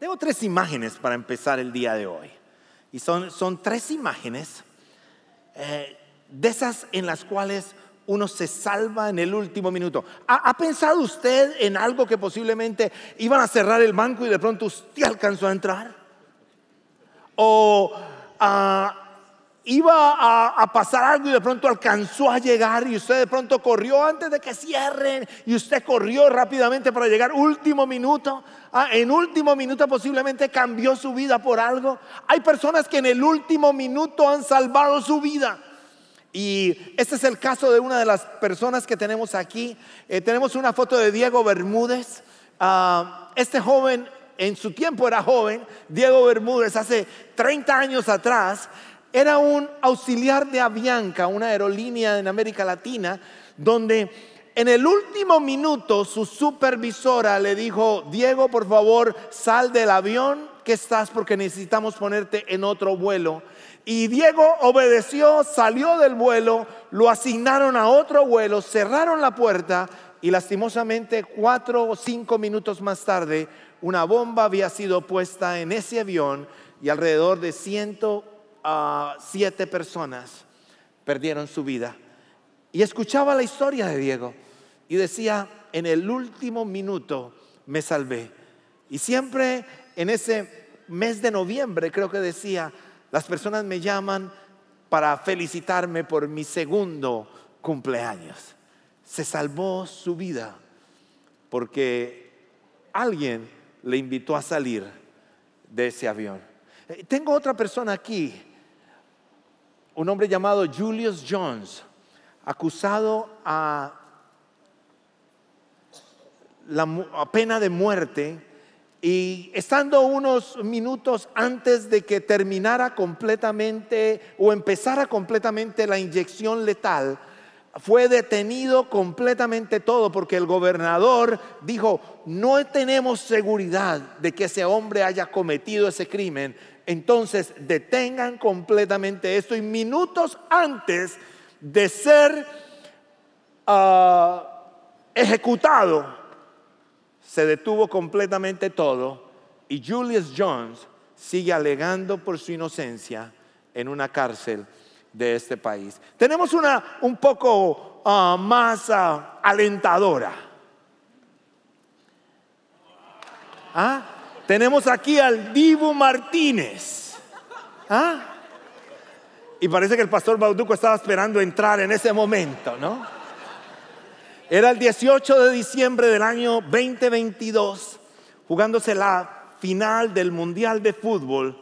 Tengo 3 imágenes para empezar el día de hoy. Y son 3 imágenes de esas en las cuales uno se salva en el último minuto. ¿Ha pensado usted en algo que posiblemente iban a cerrar el banco y de pronto usted alcanzó a entrar? ¿O iba a pasar algo y de pronto alcanzó a llegar y usted de pronto corrió antes de que cierren y usted corrió rápidamente para llegar último minuto? En último minuto posiblemente cambió su vida por algo. Hay personas que en el último minuto han salvado su vida. Y este es el caso de una de las personas que tenemos aquí. Tenemos una foto de Diego Bermúdez. Este joven, en su tiempo era joven. Diego Bermúdez, hace 30 años atrás, era un auxiliar de Avianca, una aerolínea en América Latina, donde en el último minuto su supervisora le dijo: Diego, por favor, sal del avión que estás, porque necesitamos ponerte en otro vuelo. Y Diego obedeció, salió del vuelo, lo asignaron a otro vuelo, cerraron la puerta y lastimosamente 4 o 5 minutos más tarde una bomba había sido puesta en ese avión y alrededor de 107 personas perdieron su vida. Y escuchaba la historia de Diego y decía: en el último minuto me salvé. Y siempre en ese mes de noviembre, creo que decía, las personas me llaman para felicitarme por mi segundo cumpleaños. Se salvó su vida porque alguien le invitó a salir de ese avión. Tengo otra persona aquí, un hombre llamado Julius Jones, acusado a pena de muerte. Y estando unos minutos antes de que terminara completamente o empezara completamente la inyección letal, fue detenido completamente todo, porque el gobernador dijo: no tenemos seguridad de que ese hombre haya cometido ese crimen, entonces detengan completamente esto. Y minutos antes de ser ejecutado, se detuvo completamente todo y Julius Jones sigue alegando por su inocencia en una cárcel de este país. Tenemos una un poco más alentadora. Tenemos aquí al Dibu Martínez. Y parece que el pastor Bauduco estaba esperando entrar en ese momento, ¿no? Era el 18 de diciembre del año 2022, jugándose la final del Mundial de Fútbol,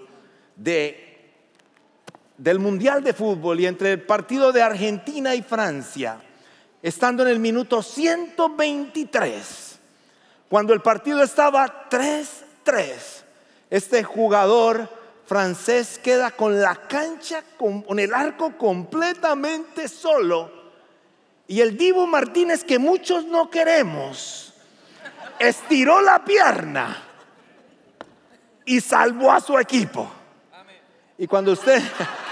del Mundial de Fútbol, y entre el partido de Argentina y Francia, estando en el minuto 123, cuando el partido estaba 3-3, este jugador francés queda con la cancha, con el arco completamente solo. Y el Dibu Martínez, que muchos no queremos, estiró la pierna y salvó a su equipo. Y cuando usted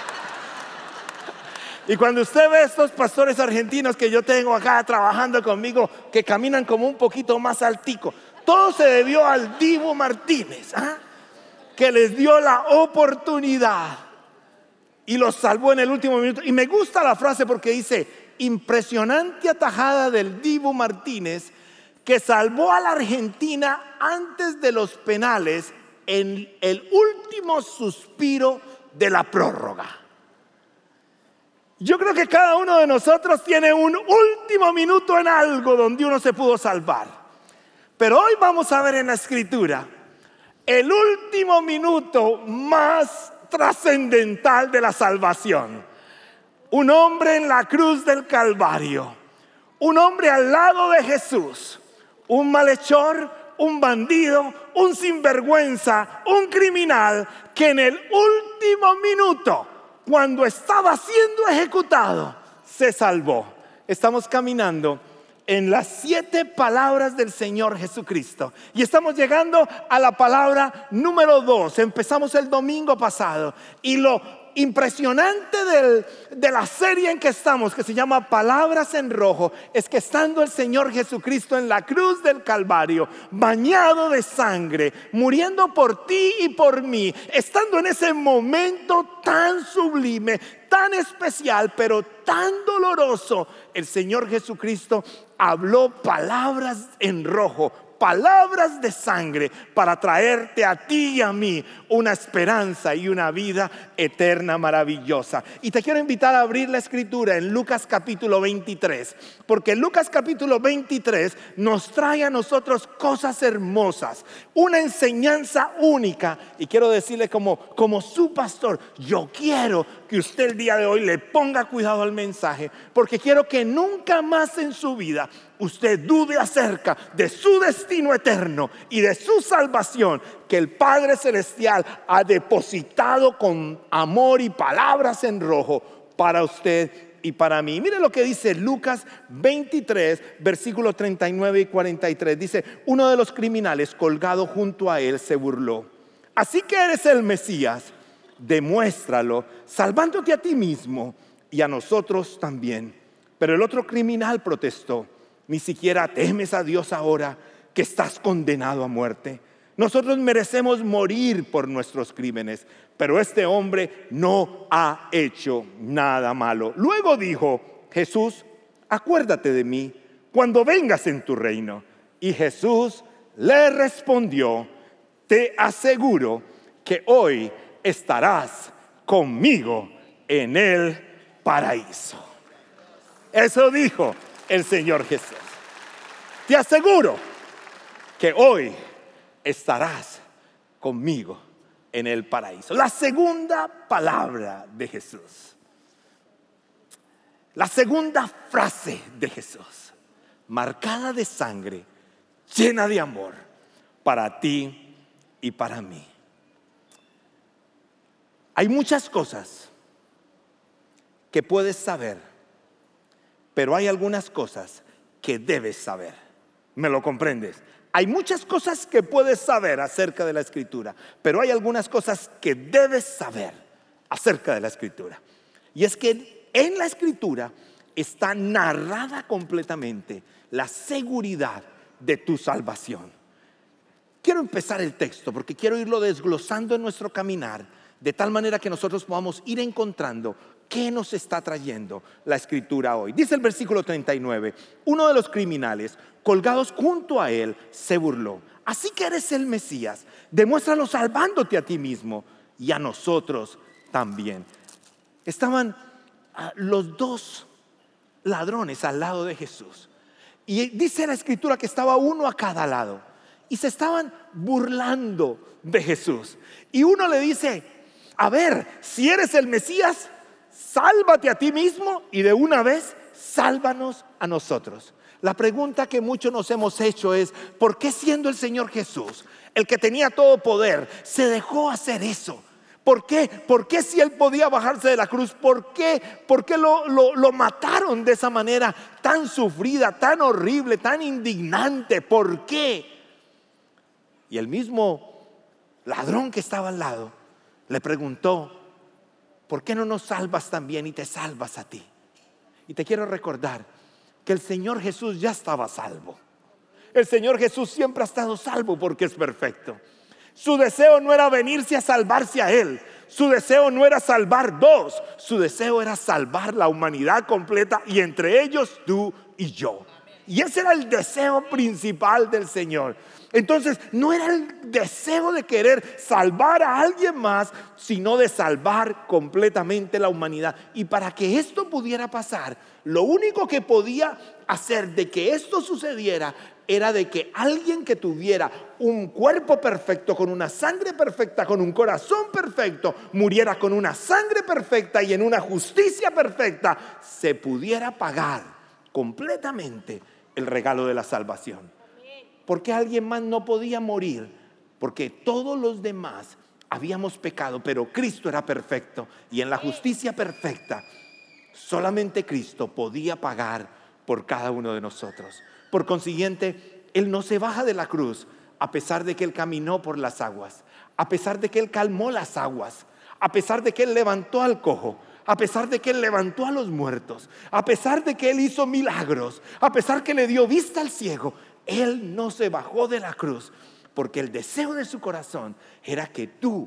ve estos pastores argentinos que yo tengo acá trabajando conmigo, que caminan como un poquito más altico, todo se debió al Dibu Martínez, que les dio la oportunidad y los salvó en el último minuto. Y me gusta la frase porque dice: impresionante atajada del Dibu Martínez, que salvó a la Argentina antes de los penales en el último suspiro de la prórroga. Yo creo que cada uno de nosotros tiene un último minuto en algo donde uno se pudo salvar. Pero hoy vamos a ver en la Escritura el último minuto más trascendental de la salvación. Un hombre en la cruz del Calvario, un hombre al lado de Jesús, un malhechor, un bandido, un sinvergüenza, un criminal, que en el último minuto, cuando estaba siendo ejecutado, se salvó. Estamos caminando en las 7 palabras del Señor Jesucristo y estamos llegando a la palabra número 2. Empezamos el domingo pasado y lo impresionante de la serie en que estamos, que se llama Palabras en Rojo, es que estando el Señor Jesucristo en la cruz del Calvario, bañado de sangre, muriendo por ti y por mí, estando en ese momento tan sublime, tan especial, pero tan doloroso, el Señor Jesucristo habló palabras en rojo, palabras de sangre, para traerte a ti y a mí una esperanza y una vida eterna maravillosa. Y te quiero invitar a abrir la escritura en Lucas capítulo 23, porque Lucas capítulo 23 nos trae a nosotros cosas hermosas, una enseñanza única. Y quiero decirle como su pastor, yo quiero que usted el día de hoy le ponga cuidado al mensaje, porque quiero que nunca más en su vida usted dude acerca de su destino eterno y de su salvación, que el Padre Celestial ha depositado con amor y palabras en rojo para usted y para mí. Mire lo que dice Lucas 23, versículos 39 y 43. Dice: uno de los criminales colgado junto a él se burló. Así que eres el Mesías, demuéstralo, salvándote a ti mismo y a nosotros también. Pero el otro criminal protestó: ni siquiera temes a Dios ahora que estás condenado a muerte. Nosotros merecemos morir por nuestros crímenes, pero este hombre no ha hecho nada malo. Luego dijo Jesús: acuérdate de mí cuando vengas en tu reino. Y Jesús le respondió: te aseguro que hoy estarás conmigo en el paraíso. Eso dijo el Señor Jesús. Te aseguro que hoy estarás conmigo en el paraíso. La segunda palabra de Jesús, la segunda frase de Jesús, marcada de sangre, llena de amor para ti y para mí. Hay muchas cosas que puedes saber, pero hay algunas cosas que debes saber. ¿Me lo comprendes? Hay muchas cosas que puedes saber acerca de la Escritura, pero hay algunas cosas que debes saber acerca de la Escritura. Y es que en la Escritura está narrada completamente la seguridad de tu salvación. Quiero empezar el texto porque quiero irlo desglosando en nuestro caminar, de tal manera que nosotros podamos ir encontrando qué nos está trayendo la Escritura hoy. Dice el versículo 39: uno de los criminales colgados junto a él se burló. Así que eres el Mesías, demuéstralo salvándote a ti mismo y a nosotros también. Estaban los dos ladrones al lado de Jesús, y dice la Escritura que estaba uno a cada lado, y se estaban burlando de Jesús. Y uno le dice: a ver, si eres el Mesías, sálvate a ti mismo y de una vez sálvanos a nosotros. La pregunta que muchos nos hemos hecho es: ¿por qué, siendo el Señor Jesús, el que tenía todo poder, se dejó hacer eso? ¿Por qué? ¿Por qué si Él podía bajarse de la cruz? ¿Por qué lo mataron de esa manera tan sufrida, tan horrible, tan indignante? ¿Por qué? Y el mismo ladrón que estaba al lado le preguntó: ¿por qué no nos salvas también y te salvas a ti? Y te quiero recordar que el Señor Jesús ya estaba salvo. El Señor Jesús siempre ha estado salvo porque es perfecto. Su deseo no era venirse a salvarse a Él. Su deseo no era salvar dos. Su deseo era salvar la humanidad completa, y entre ellos tú y yo. Y ese era el deseo principal del Señor. Entonces no era el deseo de querer salvar a alguien más, sino de salvar completamente la humanidad. Y para que esto pudiera pasar, lo único que podía hacer de que esto sucediera era de que alguien que tuviera un cuerpo perfecto, con una sangre perfecta, con un corazón perfecto, muriera con una sangre perfecta y en una justicia perfecta, se pudiera pagar completamente el regalo de la salvación. ¿Por qué alguien más no podía morir? Porque todos los demás habíamos pecado, pero Cristo era perfecto, y en la justicia perfecta solamente Cristo podía pagar por cada uno de nosotros. Por consiguiente, Él no se baja de la cruz, a pesar de que Él caminó por las aguas, a pesar de que Él calmó las aguas, a pesar de que Él levantó al cojo, a pesar de que Él levantó a los muertos, a pesar de que Él hizo milagros, a pesar que le dio vista al ciego, Él no se bajó de la cruz, porque el deseo de su corazón era que tú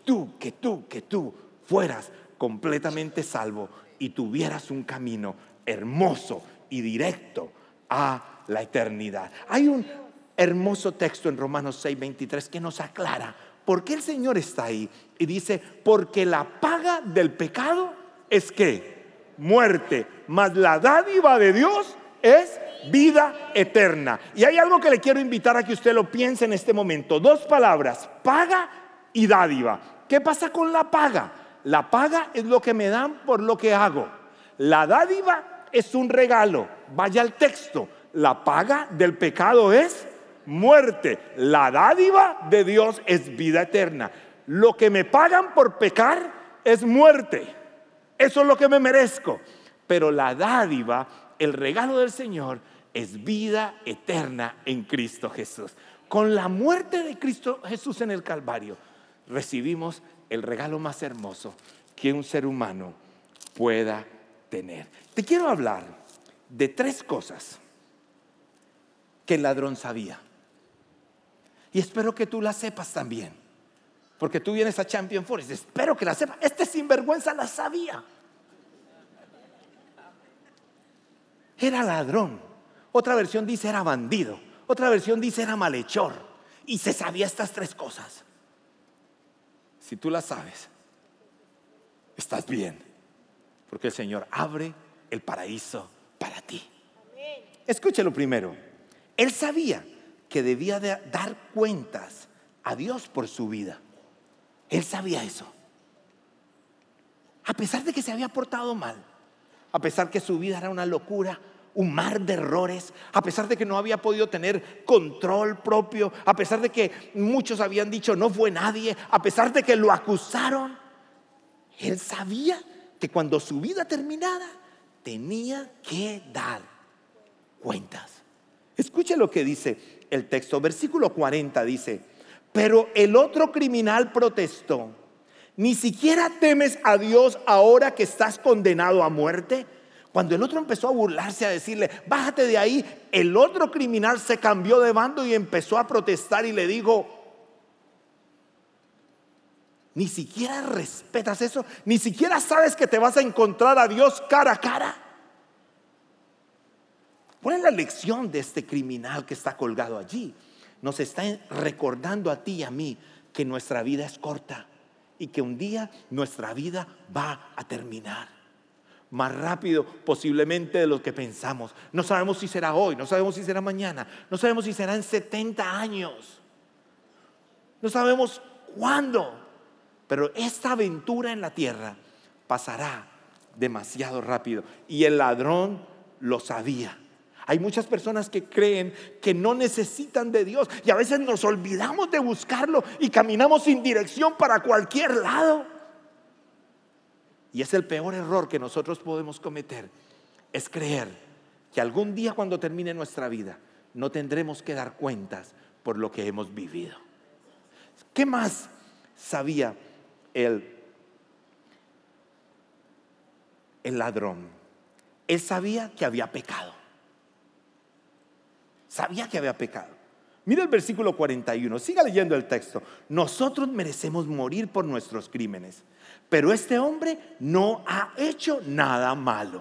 fueras completamente salvo y tuvieras un camino hermoso y directo a la eternidad. Hay un hermoso texto en Romanos 6:23 que nos aclara por qué el Señor está ahí y dice: porque la paga del pecado es ¿qué? Muerte, mas la dádiva de Dios es vida eterna. Y hay algo que le quiero invitar a que usted lo piense en este momento. Dos palabras: paga y dádiva. ¿Qué pasa con la paga? La paga es lo que me dan por lo que hago. La dádiva es un regalo. Vaya al texto. La paga del pecado es muerte. La dádiva de Dios es vida eterna. Lo que me pagan por pecar es muerte. Eso es lo que me merezco. Pero la dádiva, el regalo del Señor, es vida eterna en Cristo Jesús. Con la muerte de Cristo Jesús en el Calvario, recibimos el regalo más hermoso que un ser humano pueda tener. Te quiero hablar de 3 cosas que el ladrón sabía. Y espero que tú las sepas también, porque tú vienes a Champion Forest. Espero que las sepas. Este sinvergüenza las sabía. Era ladrón. Otra versión dice era bandido. Otra versión dice era malhechor. Y se sabía estas 3 cosas. Si tú las sabes, estás bien, porque el Señor abre el paraíso para ti. Escúchelo primero. Él sabía que debía de dar cuentas a Dios por su vida. Él sabía eso. A pesar de que se había portado mal, a pesar que su vida era una locura, un mar de errores, a pesar de que no había podido tener control propio, a pesar de que muchos habían dicho no fue nadie, a pesar de que lo acusaron, él sabía que cuando su vida terminara tenía que dar cuentas. Escuche lo que dice el texto, versículo 40 dice: pero el otro criminal protestó: ¿ni siquiera temes a Dios ahora que estás condenado a muerte? Cuando el otro empezó a burlarse, a decirle bájate de ahí, el otro criminal se cambió de bando y empezó a protestar y le dijo: ¿ni siquiera respetas eso? ¿Ni siquiera sabes que te vas a encontrar a Dios cara a cara? ¿Cuál es la lección de este criminal que está colgado allí? Nos está recordando a ti y a mí que nuestra vida es corta y que un día nuestra vida va a terminar más rápido posiblemente de lo que pensamos. No sabemos si será hoy, no sabemos si será mañana, no sabemos si será en 70 años, no sabemos cuándo, pero esta aventura en la tierra pasará demasiado rápido y el ladrón lo sabía. Hay muchas personas que creen que no necesitan de Dios y a veces nos olvidamos de buscarlo y caminamos sin dirección para cualquier lado. Y es el peor error que nosotros podemos cometer, es creer que algún día cuando termine nuestra vida no tendremos que dar cuentas por lo que hemos vivido. ¿Qué más sabía el ladrón? Él sabía que había pecado. Sabía que había pecado. Mira el versículo 41, siga leyendo el texto. Nosotros merecemos morir por nuestros crímenes, pero este hombre no ha hecho nada malo.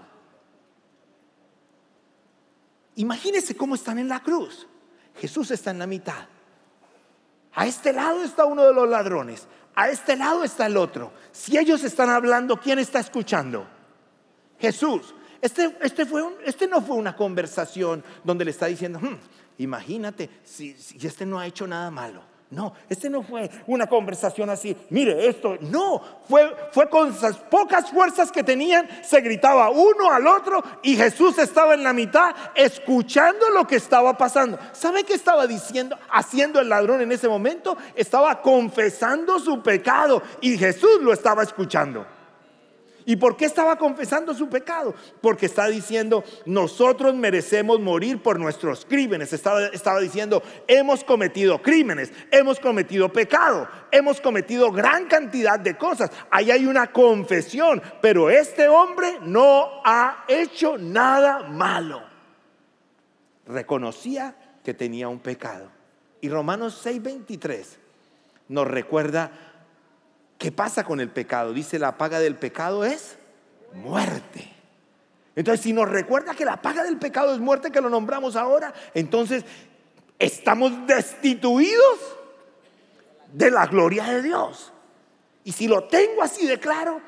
Imagínense cómo están en la cruz. Jesús está en la mitad. A este lado está uno de los ladrones, a este lado está el otro. Si ellos están hablando, ¿quién está escuchando? Jesús. Este no fue una conversación donde le está diciendo imagínate si este no ha hecho nada malo. No, este no fue una conversación así. Mire esto, no, fue con esas pocas fuerzas que tenían, se gritaba uno al otro y Jesús estaba en la mitad escuchando lo que estaba pasando. ¿Sabe qué estaba haciendo el ladrón en ese momento? Estaba confesando su pecado y Jesús lo estaba escuchando. ¿Y por qué estaba confesando su pecado? Porque está diciendo, nosotros merecemos morir por nuestros crímenes. Estaba diciendo, hemos cometido crímenes, hemos cometido pecado, hemos cometido gran cantidad de cosas. Ahí hay una confesión, pero este hombre no ha hecho nada malo. Reconocía que tenía un pecado. Y Romanos 6:23 nos recuerda qué pasa con el pecado. Dice, la paga del pecado es muerte. Entonces, si nos recuerda que la paga del pecado es muerte, que lo nombramos ahora, entonces estamos destituidos de la gloria de Dios. Y si lo tengo así de claro,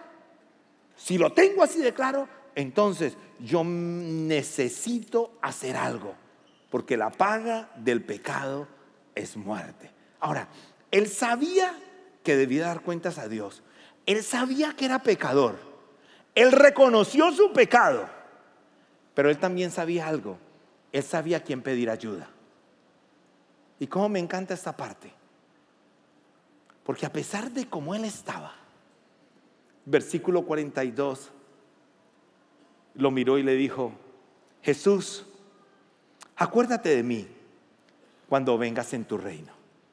entonces yo necesito hacer algo, porque la paga del pecado es muerte. Ahora, él sabía que debía dar cuentas a Dios. Él sabía que era pecador. Él reconoció su pecado. Pero él también sabía algo. Él sabía a quién pedir ayuda. Y cómo me encanta esta parte. Porque a pesar de cómo él estaba, versículo 42, lo miró y le dijo, Jesús, acuérdate de mí cuando vengas en tu reino.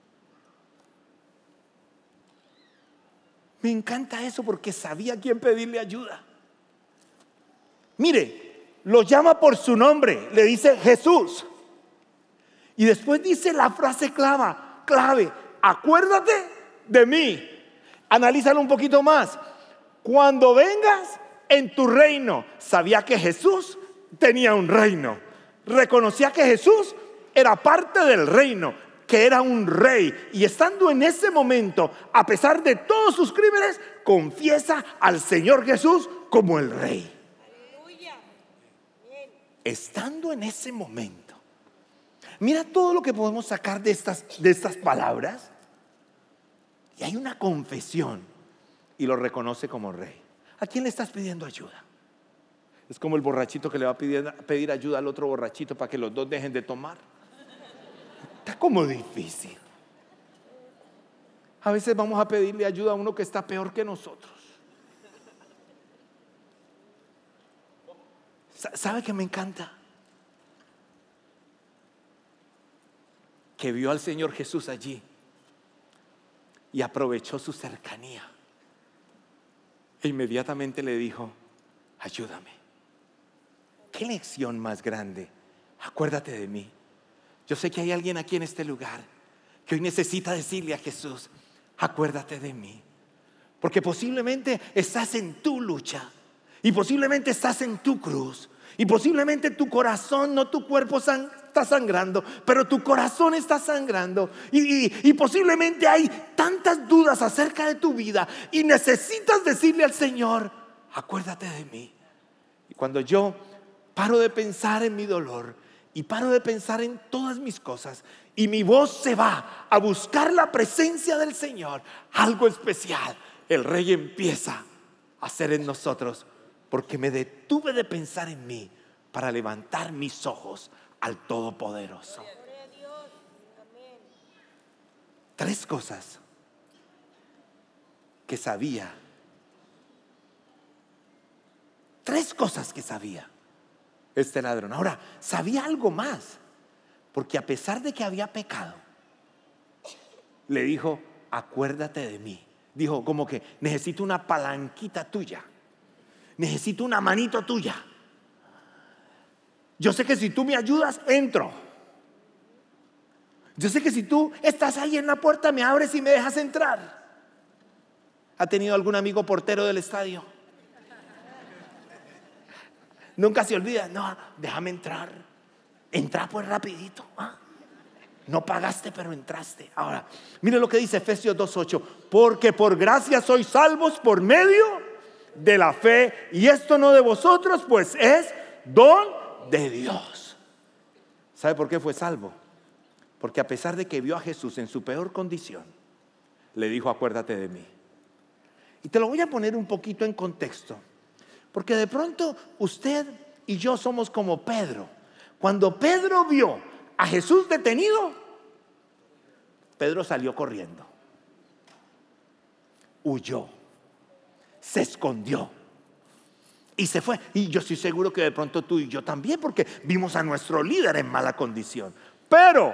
Me encanta eso porque sabía a quién pedirle ayuda. Mire, lo llama por su nombre, le dice Jesús. Y después dice la frase clave, acuérdate de mí. Analízalo un poquito más. Cuando vengas en tu reino. Sabía que Jesús tenía un reino. Reconocía que Jesús era parte del reino, que era un rey, y estando en ese momento, a pesar de todos sus crímenes, confiesa al Señor Jesús como el rey. Aleluya. Estando en ese momento, mira todo lo que podemos sacar de estas palabras. Y hay una confesión y lo reconoce como rey. ¿A quién le estás pidiendo ayuda? Es como el borrachito que le va a pedir ayuda al otro borrachito para que los dos dejen de tomar. Está como difícil. A veces vamos a pedirle ayuda a uno que está peor que nosotros. ¿Sabe qué me encanta? Que vio al Señor Jesús allí y aprovechó su cercanía e inmediatamente le dijo, ayúdame. ¿Qué lección más grande? Acuérdate de mí. Yo sé que hay alguien aquí en este lugar que hoy necesita decirle a Jesús, acuérdate de mí. Porque posiblemente estás en tu lucha y posiblemente estás en tu cruz y posiblemente tu corazón, no tu cuerpo está sangrando, pero tu corazón está sangrando y posiblemente hay tantas dudas acerca de tu vida y necesitas decirle al Señor, acuérdate de mí. Y cuando yo paro de pensar en mi dolor y paro de pensar en todas mis cosas y mi voz se va a buscar la presencia del Señor, algo especial el Rey empieza a hacer en nosotros, porque me detuve de pensar en mí para levantar mis ojos al Todopoderoso. Tres cosas que sabía. Tres cosas que sabía este ladrón. Ahora, sabía algo más, porque a pesar de que había pecado, le dijo, acuérdate de mí. Dijo como que necesito una palanquita tuya, necesito una manito tuya. Yo sé que si tú me ayudas, entro. Yo sé que si tú estás ahí en la puerta, me abres y me dejas entrar. ¿Ha tenido algún amigo portero del estadio? Nunca se olvida, no, déjame entrar. Entra pues rapidito. No pagaste, pero entraste. Ahora, mire lo que dice Efesios 2:8. Porque por gracia sois salvos por medio de la fe. Y esto no de vosotros, pues es don de Dios. ¿Sabe por qué fue salvo? Porque a pesar de que vio a Jesús en su peor condición, le dijo, acuérdate de mí. Y te lo voy a poner un poquito en contexto, porque de pronto usted y yo somos como Pedro. Cuando Pedro vio a Jesús detenido, Pedro salió corriendo, huyó, se escondió. Y se fue. Y yo estoy seguro que de pronto tú y yo también, porque vimos a nuestro líder en mala condición. Pero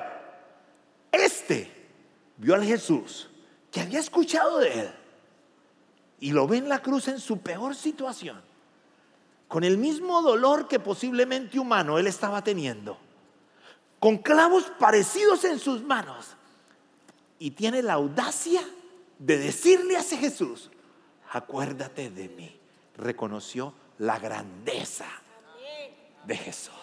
vio al Jesús que había escuchado de él y lo ve en la cruz en su peor situación, con el mismo dolor que posiblemente humano él estaba teniendo, con clavos parecidos en sus manos, y tiene la audacia de decirle a ese Jesús: acuérdate de mí. Reconoció la grandeza de Jesús.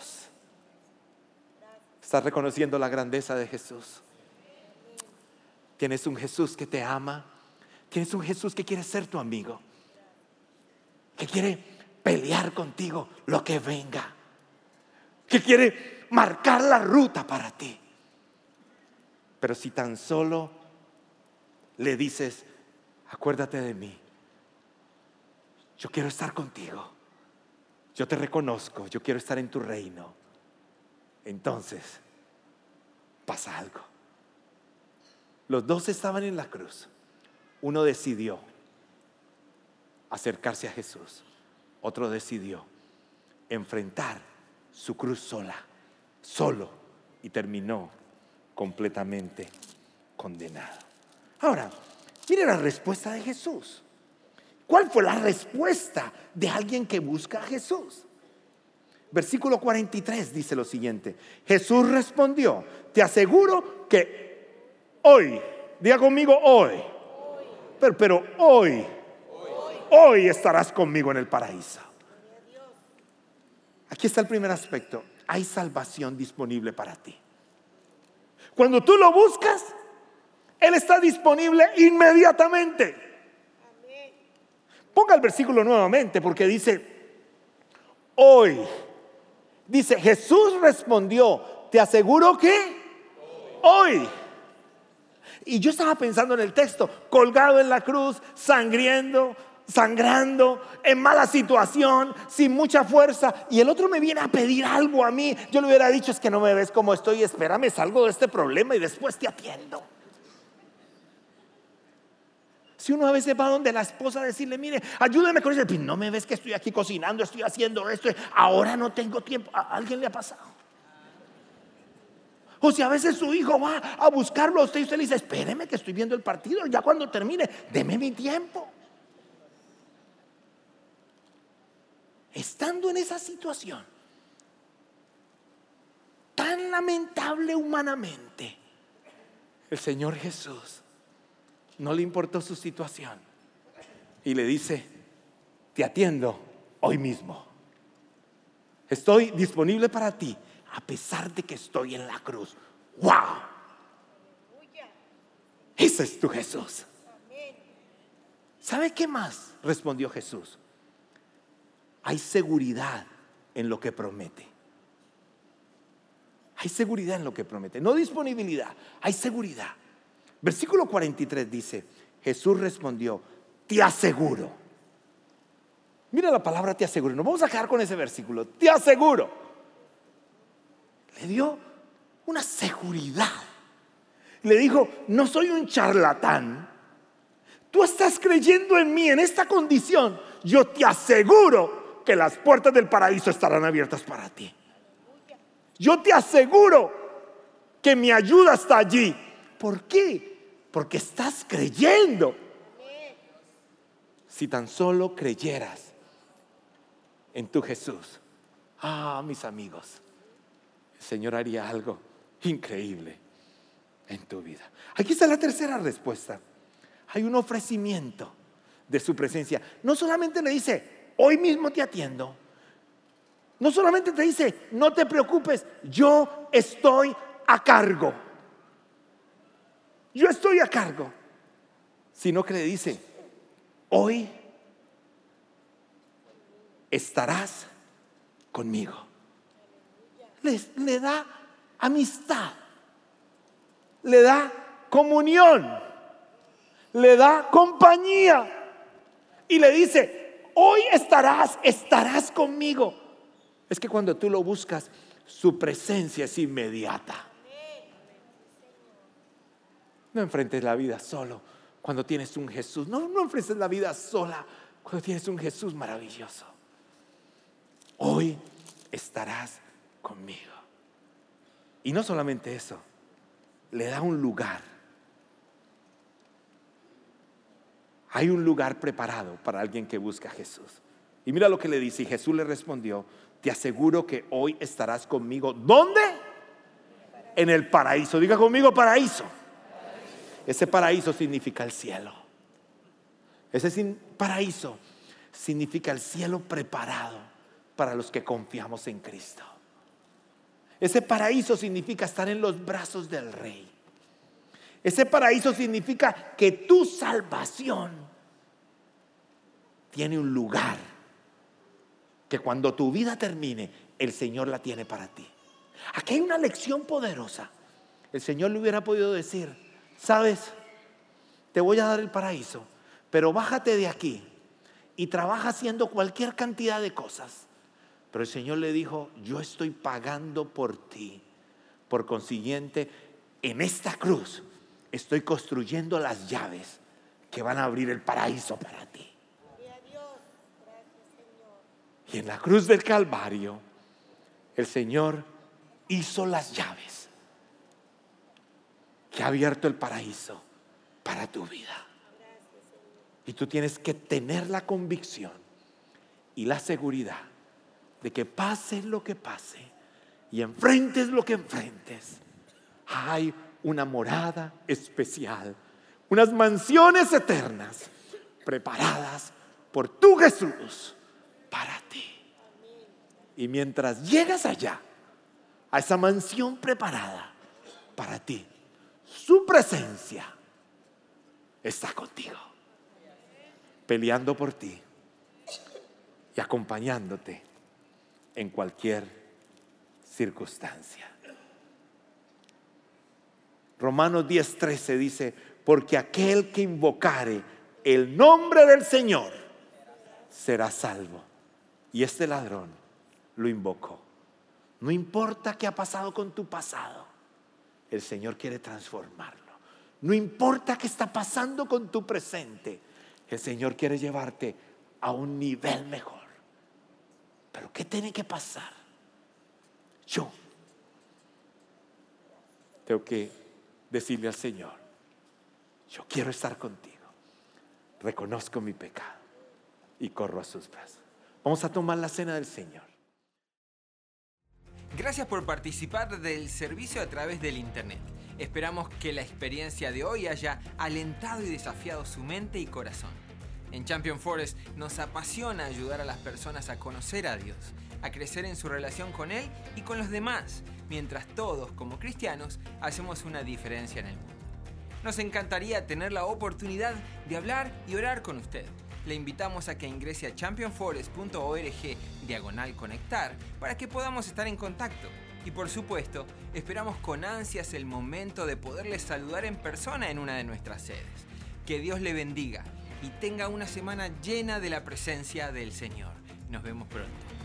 ¿Estás reconociendo la grandeza de Jesús? Tienes un Jesús que te ama. Tienes un Jesús que quiere ser tu amigo, que quiere pelear contigo lo que venga, que quiere marcar la ruta para ti. Pero si tan solo le dices: acuérdate de mí, yo quiero estar contigo, yo te reconozco, yo quiero estar en tu reino, entonces pasa algo. Los dos estaban en la cruz. Uno decidió acercarse a Jesús, otro decidió enfrentar su cruz solo, y terminó completamente condenado. Ahora, mire la respuesta de Jesús. ¿Cuál fue la respuesta de alguien que busca a Jesús? Versículo 43 dice lo siguiente: Jesús respondió: te aseguro que hoy, diga conmigo hoy, pero hoy estarás conmigo en el paraíso. Aquí está el primer aspecto: hay salvación disponible para ti. Cuando tú lo buscas, Él está disponible inmediatamente. Ponga el versículo nuevamente, porque dice hoy. Dice: Jesús respondió: te aseguro que hoy. Y yo estaba pensando en el texto, colgado en la cruz, sangrando, en mala situación, sin mucha fuerza, y el otro me viene a pedir algo a mí. Yo le hubiera dicho: es que no me ves como estoy, espérame, salgo de este problema y después te atiendo. Si uno a veces va donde la esposa a decirle: mire, ayúdame con eso, pues no me ves que estoy aquí cocinando, estoy haciendo esto, ahora no tengo tiempo. ¿A alguien le ha pasado? O si a veces su hijo va a buscarlo a usted y usted le dice: espéreme que estoy viendo el partido, ya cuando termine, deme mi tiempo. Estando en esa situación tan lamentable humanamente, el Señor Jesús no le importó su situación y le dice: te atiendo hoy mismo. Estoy disponible para ti a pesar de que estoy en la cruz. ¡Wow! Ese es tu Jesús. ¿Sabe qué más respondió Jesús? Hay seguridad en lo que promete. Hay seguridad en lo que promete. No disponibilidad, hay seguridad. Versículo 43 dice: Jesús respondió: te aseguro. Mira la palabra te aseguro. Nos vamos a quedar con ese versículo. Te aseguro. Le dio una seguridad. Le dijo: no soy un charlatán. Tú estás creyendo en mí en esta condición. Yo te aseguro que las puertas del paraíso estarán abiertas para ti. Yo te aseguro que mi ayuda está allí. ¿Por qué? Porque estás creyendo. Si tan solo creyeras en tu Jesús, mis amigos, el Señor haría algo increíble en tu vida. Aquí está la tercera respuesta. Hay un ofrecimiento de su presencia. No solamente le dice: hoy mismo te atiendo. No solamente te dice: no te preocupes, yo estoy a cargo. Yo estoy a cargo. Sino que le dice: hoy estarás conmigo. Le da amistad, le da comunión, le da compañía y le dice: hoy estarás conmigo. Es que cuando tú lo buscas, su presencia es inmediata. No enfrentes la vida solo cuando tienes un Jesús. No enfrentes la vida sola cuando tienes un Jesús maravilloso. hoy estarás conmigo. Y no solamente eso, le da un lugar. Hay un lugar preparado para alguien que busca a Jesús. Y mira lo que le dice, y Jesús le respondió: te aseguro que hoy estarás conmigo. ¿Dónde? En el paraíso. Diga conmigo, paraíso. Ese paraíso significa el cielo. Ese paraíso significa el cielo preparado para los que confiamos en Cristo. Ese paraíso significa estar en los brazos del Rey. Ese paraíso significa que tu salvación tiene un lugar, que cuando tu vida termine, el Señor la tiene para ti. Aquí hay una lección poderosa. El Señor le hubiera podido decir: sabes, te voy a dar el paraíso, pero bájate de aquí y trabaja haciendo cualquier cantidad de cosas. Pero el Señor le dijo: yo estoy pagando por ti. Por consiguiente, en esta cruz estoy construyendo las llaves que van a abrir el paraíso para ti. Y en la cruz del Calvario, el Señor hizo las llaves que ha abierto el paraíso para tu vida. Y tú tienes que tener la convicción y la seguridad de que pase lo que pase y enfrentes lo que enfrentes, hay una morada especial, unas mansiones eternas preparadas por tu Jesús para ti. Y mientras llegas allá, a esa mansión preparada para ti, su presencia está contigo, peleando por ti y acompañándote en cualquier circunstancia. Romanos 10:13 dice: porque aquel que invocare el nombre del Señor será salvo. Y este ladrón lo invocó. No importa qué ha pasado con tu pasado, el Señor quiere transformarlo. No importa qué está pasando con tu presente, el Señor quiere llevarte a un nivel mejor. Pero ¿qué tiene que pasar? Yo tengo que decirle al Señor: yo quiero estar contigo. Reconozco mi pecado y corro a sus brazos. Vamos a tomar la cena del Señor. Gracias por participar del servicio a través del internet. Esperamos que la experiencia de hoy haya alentado y desafiado su mente y corazón. En Champion Forest nos apasiona ayudar a las personas a conocer a Dios, a crecer en su relación con Él y con los demás, mientras todos, como cristianos, hacemos una diferencia en el mundo. Nos encantaría tener la oportunidad de hablar y orar con usted. Le invitamos a que ingrese a championforest.org/conectar para que podamos estar en contacto. Y por supuesto, esperamos con ansias el momento de poderle saludar en persona en una de nuestras sedes. Que Dios le bendiga y tenga una semana llena de la presencia del Señor. Nos vemos pronto.